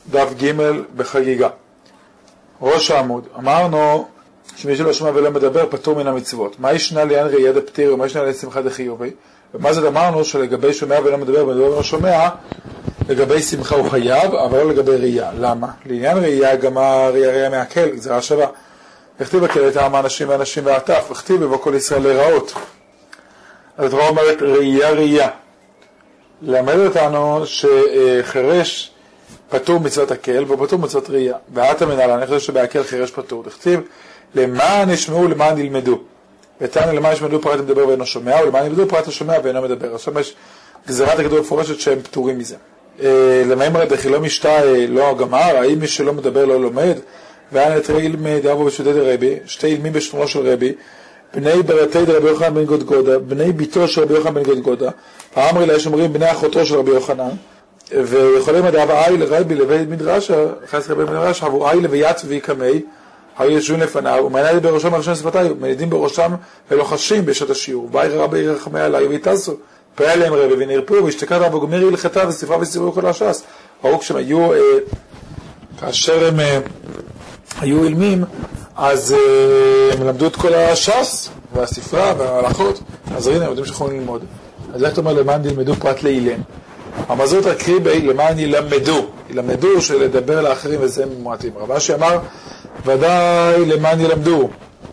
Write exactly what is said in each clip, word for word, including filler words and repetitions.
דף ג' בחגיגה. ראש העמוד. אמרנו שמי שלא שומע ולא מדבר פטור מן המצוות. מה ישנה לעניין ראייה דפטיר ומה ישנה לעניין שמחה דחיובי? ומה זה אמרנו שלגבי שומע ולא מדבר ומדבר ולא שומע, לגבי שמחה הוא חייב, אבל לא לגבי ראייה. למה? לעניין ראייה גם הראייה ראייה מהקל, זה השווה. הכתיב בקל את העם האנשים ואנשים והעטף, הכתיב בבוא כל ישראל להיראות. אז התורה אומרת ראייה ראייה. למד אותנו שחרש פטור מצוות הקל ופטור מצוות ראייה. ואת המנהלה, אני חושב שבהקל חרש פטור. תכתיב למען ישמעו למען ילמדו. ותענו למען ישמעו פרט מדבר ואינו שומע, ולמען ילמדו פרט השומע ואינו מדבר. עכשיו יש גזירת הכתוב מפורשת שהם פטורים מזה. למאמר דכי לא משתה לא גמר, האם מי שלא מדבר לא לומד, ואין את ילמד אבו בשודד רבי, שתי ילמים בשכונו של רבי, בני ברתי דרבי יוחנן בן גודגודה, בני ביתו של רבי יוחנן בן גודגודה, האמרי לה יש אומרים בני אחותו של רבי יוחנן, ויכולים לדעת אי לרבי לבית מדרש, חס רבי מדרש, עבור אי לביית ויקמי, היו יושבים לפניו, ומעניין בראשם הראשון שפתיו, מעידים בראשם ולוחשים בשעת השיעור, ואי רבי רחמי עלי ויתעשו, פרע להם רבי ונרפאו, והשתקת רבו גמיר הלכתה וספרה וספרו כל הש"ס. ראו כשהם היו, אה, כאשר הם אה, היו אילמים, אז אה, הם למדו את כל הש"ס, והספרה וההלכות, אז הנה, הם יודעים שיכולים ללמוד. אז איך אתה אומר למען ילמדו פרט לאילם? המזות הקריא בי למען ילמדו, ילמדו שלדבר לאחרים וזה מועטים. רבה שאמר, ודאי למען ילמדו.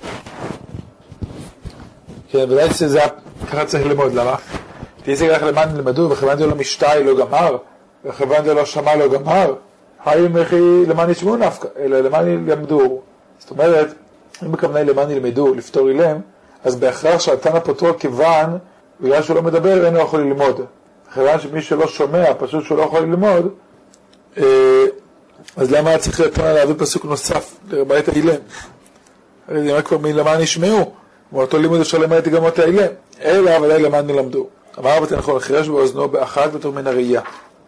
כן, ודאי שזה ככה צריך ללמוד, למה? תהיה כך למען ילמדו, וכיוון זה לא משתאי לא גמר, וכיוון זה לא שמע לא גמר, האם הכי למען ישמעו נפקא, אלא למען ילמדו. זאת אומרת, אם בכוונה למען ילמדו, לפתור אילם, אז בהכרח שהתנא פוטרו כיוון, בגלל שהוא לא מדבר, אינו יכול ללמוד. כיוון שמי שלא שומע, פשוט שהוא לא יכול ללמוד, אז למה צריך לתנא להביא פסוק נוסף לרבית האילם? הרי זה אומר כבר מלמען ישמעו, מאותו לימוד אפשר למעט גם אותה אילם, אלא ודאי למען ילמדו. אמר בתי נכון, חירש באוזנו באחד ותור מן הראייה,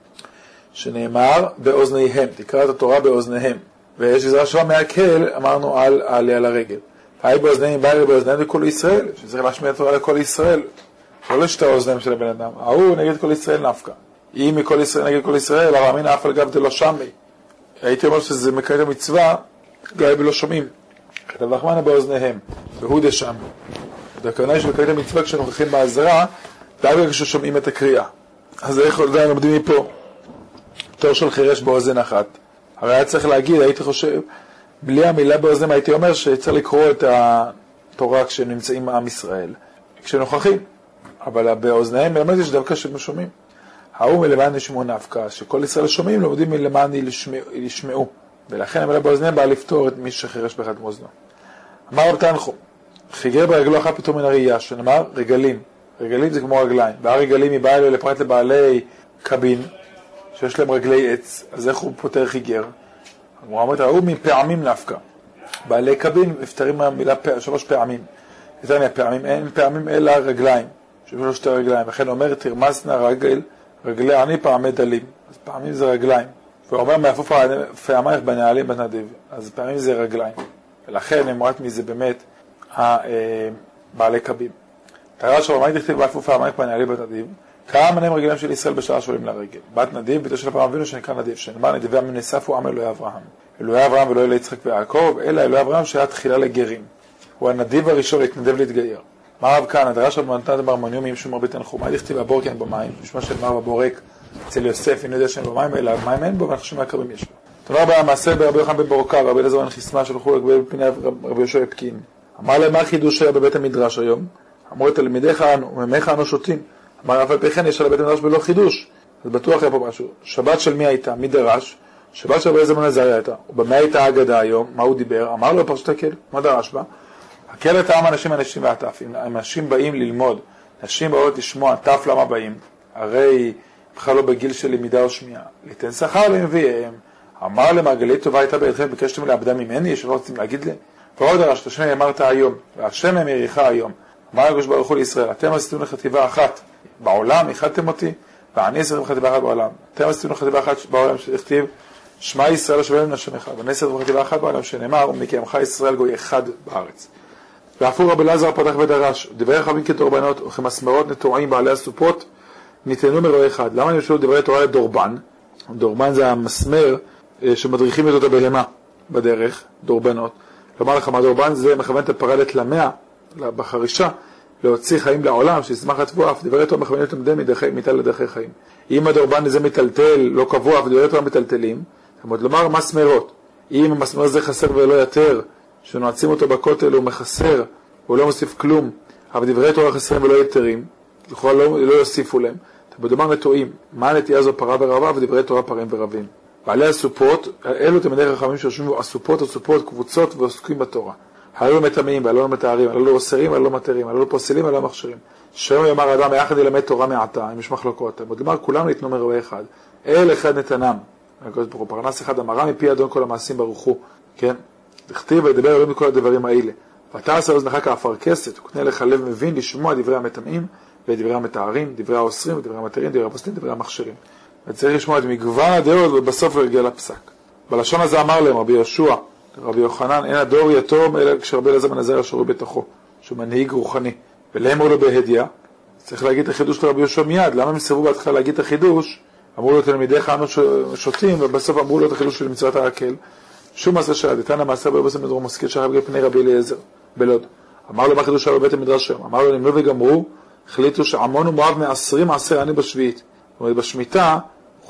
שנאמר באוזניהם, תקרא את התורה באוזניהם, ויש גזרה שווה מהקל, אמרנו על העלה על הרגל. היי באוזניהם, בא באוזניהם לכל ישראל, שצריך להשמיע התורה לכל ישראל, לא לשתי האוזניהם של הבן אדם, ההוא נגד כל ישראל נפקא. אם מכל ישראל נגד כל ישראל, הרמין אף על גב דלא שמי. הייתי אומר שזה מקראת המצווה, גאי בלא שומעים. כתב נחמנה באוזניהם, והוא דשם. הכוונה היא שמקראת המצווה כשנוכחים בעזרה, דווקא כששומעים את הקריאה. אז איך עדיין לומדים מפה? תור של חירש באוזן אחת. הרי היה צריך להגיד, הייתי חושב, בלי המילה באוזן הייתי אומר שצריך לקרוא את התורה כשנמצאים עם ישראל, כשנוכחים. אבל באוזניהם מלמד יש דווקא ששומעים. ההוא מלמען ישמעו נפקא, שכל ישראל שומעים לומדים מלמען ישמעו. ולכן המילה באוזניהם באה לפתור את מי שחירש באחד מאוזנו. אמר רב תנחום, חיגר ברגלו אחת פתאום מן הראייה, שנאמר רגלים. רגלים זה כמו רגליים. והרגלים היא באה אלו לפרט לבעלי קבין, שיש להם רגלי עץ, אז איך הוא פותר חיגר? הוא אומר, ראו מפעמים נפקא. בעלי קבין מפתרים מהמילה פע, שלוש פעמים. יותר מהפעמים, אין פעמים אלא רגליים, שבלו שתי רגליים. לכן אומר, תרמסנה רגל, רגלי עני פעמי דלים. אז פעמים זה רגליים. והוא אומר, מאפוף פעמייך בנעלים בנדיב. אז פעמים זה רגליים. ולכן הם רואים מזה באמת בעלי קבין. תראה שרמי תכתיב באפוף פעמייך בנעלים בנדיב. כמה מנהם רגליים של ישראל בשעה שעולים לרגל. בת נדיב, ביתו של אברהם אבינו שנקרא נדיב, שנאמר נדיבי עמים נאספו עם אלוהי אברהם. אלוהי אברהם ולא אלוהי יצחק ויעקב, אלא אלוהי אברהם שהיה תחילה לגרים. הוא הנדיב הראשון להתנדב להתגייר. מה רב כאן, הדרש רב מתנת ברמניום עם שום רבי תנחום, מה לכתיב הבורקן במים, משמע של מר בבורק אצל יוסף, אין יודע שאין במים, אלא מים אין בו, ואנחנו שומע קרבים יש בו. תודה רבה, המעשה ברבי יוחנן בן בורקה, רבי אלעזר בן חיסמה שלחו לגבי פני רבי יהושע פקין. אמר להם, מה החידוש היה בבית המדרש היום? אמרו, תלמידיך אנו, וממך אנו שותים. אמר, אף על פי כן יש על בית המדרש בלא חידוש. אז בטוח היה פה משהו. שבת של מי הייתה? מי דרש? שבת של רבי אלעזר בן עזריה הייתה. ובמה הייתה האגדה היום? מה הוא דיבר? אמר לו פרשת הקל. מה דרש בה? הקל את העם אנשים אנשים והטף. אם אנשים באים ללמוד, נשים באות לשמוע, טף למה באים? הרי בכלל לא בגיל של למידה או שמיעה. ליתן שכר למביאיהם. אמר למעגלית טובה הייתה בידכם, ביקשתם לעבדה ממני, שלא רוצים להגיד לי. ועוד דרש, השם אמרת היום, והשם הם יריחה היום. אמר הקדוש ברוך הוא לישראל, אתם עשיתם לחטיבה אחת בעולם, איחדתם אותי, ואני עשיתם לחטיבה אחת בעולם. אתם עשיתם לחטיבה אחת בעולם שכתיב, שמע ישראל השווה מן השם אחד, ואני עשיתם לחטיבה אחת בעולם שנאמר, ומקיימך ישראל גוי אחד בארץ. ואפור רבי אלעזר פתח ודרש, דברי חכמים כדורבנות, וכמסמרות נטועים בעלי הסופות, ניתנו מרוע אחד. למה נמשלו דברי תורה לדורבן? דורבן זה המסמר שמדריכים אותו בהמה בדרך, דורבנות. לומר לך מה דורבן זה מכוון את הפרדת למאה, בחרישה, להוציא חיים לעולם, שישמח לתבוע, אף דברי תורה מכוונים לתלמדם מיטל לדרכי חיים. אם הדורבן הזה מטלטל, לא קבוע, אף דברי תורה מטלטלים, זאת לומר מסמרות. אם המסמר הזה חסר ולא יתר, שנועצים אותו בכותל הוא מחסר, הוא לא מוסיף כלום, אבל דברי תורה חסרים ולא יתרים, לכאורה לא, לא יוסיפו להם. בדומה נטועים, מה הנטייה זו פרה ורבה ודברי תורה פרים ורבים. בעלי הסופות, אלו תלמידי חכמים שיושבים הסופות, הסופות, קבוצות ועוסקים בתורה. הללו מטמאים והללו מטהרים, הללו אוסרים והללו מתירים, הללו פוסלים והללו מכשירים. שם יאמר אדם יחד ילמד תורה מעתה, אם יש מחלוקות. כלומר כולם ניתנו מרובה אחד. אל אחד נתנם. פרנס אחד אמרה מפי אדון כל המעשים ברוך הוא. כן? תכתיב וידבר אלוהים מכל הדברים האלה. ותעש על אוזנך כאפרכסת, וקנה לך לב מבין לשמוע דברי המטמאים ודברי המטהרים, דברי האוסרים ודברי המתירים, דברי הפוסלים, דברי המכשירים. וצריך לשמוע את מגוון הדעות ובסוף הוא יגיע לפסק. בלשון הזה אמר להם רבי יהושע, רבי יוחנן, אין הדור יתום אלא כשרבי אלעזר בן עזריה שרוי בתוכו, שהוא מנהיג רוחני. ולאמרו לו בהדיא, צריך להגיד את החידוש לרבי יהושע מיד. למה הם סירבו בהתחלה להגיד את החידוש? אמרו לו תלמידיך אנו שותים, ובסוף אמרו לו את החידוש של מצוות ההקל. שום מעשה שעד, איתן המעשה בו בסם מדרום מזכיר שחב פני רבי אליעזר בלוד. אמר לו מה חידוש היה בבית המדרש שם? אמר לו נמלו וגמרו, החליטו שעמון ומואב מעשרים מעשר עני בשביעית. זאת אומרת בשמיטה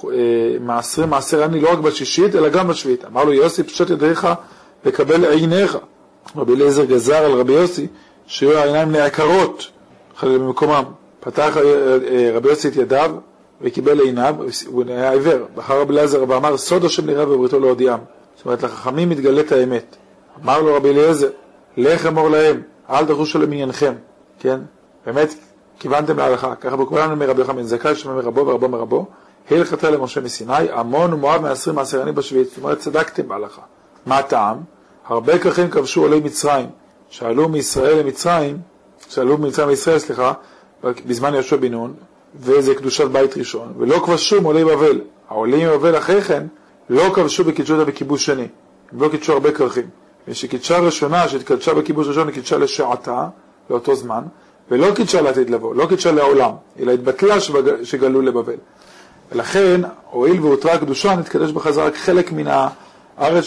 מעשרים מעשר עני לא רק בשישית אלא גם בשביעית. אמר לו יוסי פשוט ידיך וקבל עיניך. רבי אליעזר גזר על רבי יוסי שיהיו העיניים נעקרות במקומם. פתח רבי יוסי את ידיו וקיבל עיניו, הוא היה עיוור. בחר רבי אליעזר ואמר סוד השם נראה ובריתו להודיעם. זאת אומרת לחכמים מתגלית האמת. אמר לו רבי אליעזר לך אמור להם אל תחושו למעניינכם. כן? באמת כיוונתם להלכה. ככה בכולנו מרבי יוחנן בן זכאי שמע מרבו ורבו מרבו. הלכתה למשה מסיני, עמון ומואב מעשרים מעשר עני בשביעית. זאת אומרת צדקתם בהלכה. מה הטעם? הרבה כרכים כבשו עולי מצרים. שאלו מישראל למצרים, שאלו ממצרים לישראל, סליחה, בזמן יהושע בן נון, וזה קדושת בית ראשון, ולא כבשו מעולי בבל. העולים מבבל אחרי כן לא כבשו וקידשו אותה בכיבוש שני. הם לא קידשו הרבה כרכים. ושקידשה ראשונה שהתקדשה בכיבוש ראשון, היא קידשה לשעתה, לאותו זמן, ולא קידשה לעתיד לבוא, לא קידשה לעולם, אלא התבטלה שגלו לבבל. ולכן, הואיל והותרה הקדושה, נתקדש בחזרה רק חלק מן הארץ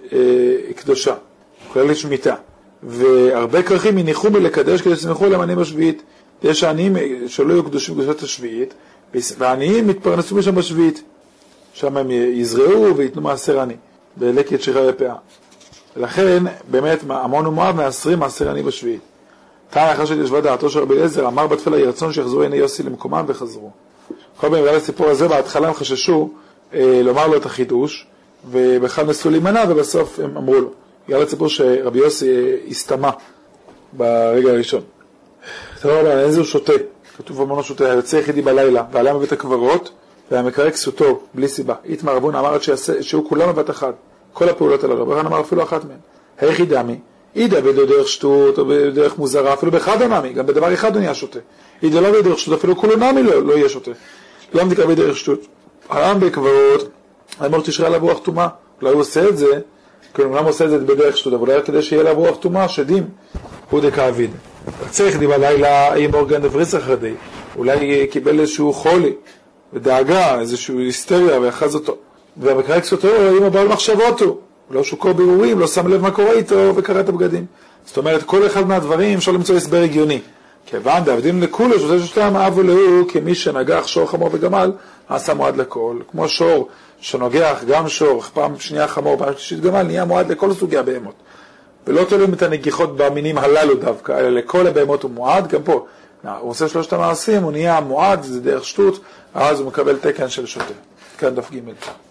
שקדושה, כולל שמיטה. והרבה כרכים יניחו מלקדש כדי שסמכו עליהם עניים בשביעית. יש העניים שלא יהיו קדושים בקדושת השביעית, והעניים מתפרנסו משם בשביעית. שם הם יזרעו ויתנו מעשר עני, בלקט שירה ופאה. ולכן, באמת, עמון ומואב מעשרים מעשר עני בשביעית. תנא אחר שישבה דעתו של רבי אליעזר, אמר בתפילה יהי רצון שיחזרו עיני יוסי למקומם וחזרו. כל פעם בגלל הסיפור הזה, בהתחלה הם חששו אה, לומר לו את החידוש, ובכלל נסו להימנע, ובסוף הם אמרו לו. בגלל הסיפור שרבי יוסי אה, הסתמה ברגע הראשון. טוב, אין זה הוא שותה, כתוב אמרנו שותה, היוצא יחידי בלילה, ועלה מבית הקברות, והיה מקרא כסותו, בלי סיבה. איתמר רבון אמר שהוא כולם בבת אחת, כל הפעולות הללו, רבן אמר אפילו אחת מהן. היחידה מי? אידה בדרך שטות או בדרך מוזרה, אפילו באחד הנמי, גם בדבר אחד הוא נהיה שותה. אידה לא בדרך שטות, אפילו כולו נמי לא, לא יהיה שותה. לא נקרא בדרך שטות. העם בקברות, אמר תשרה עליו רוח טומאה. אולי הוא עושה את זה, כאילו למה עושה את זה בדרך שטות, אבל אולי כדי שיהיה לה רוח טומאה, שדים, הוא דקאביד. צריך די בלילה, אי מורגן דבריס אחרדי. אולי קיבל איזשהו חולי, ודאגה, איזשהו היסטריה, ויחז אותו. והמקרא כסותו, אם הבעל מחשבות הוא. לא שוקו בירורים, לא שם לב מה קורה איתו וקרא את הבגדים. זאת אומרת, כל אחד מהדברים אפשר למצוא הסבר הגיוני. כיוון דעבדים לכולו, שזה ששתם אבו להוא, כמי שנגח שור חמור וגמל, עשה מועד לכל. כמו שור שנוגח גם שור, פעם שנייה חמור, פעם שלישית גמל, נהיה מועד לכל סוגי הבהמות. ולא תולים את הנגיחות במינים הללו דווקא, אלא לכל הבהמות הוא מועד, גם פה. הוא עושה שלושת המעשים, הוא נהיה מועד, זה דרך שטות, אז הוא מקבל תקן של שוטה. כאן דף ג'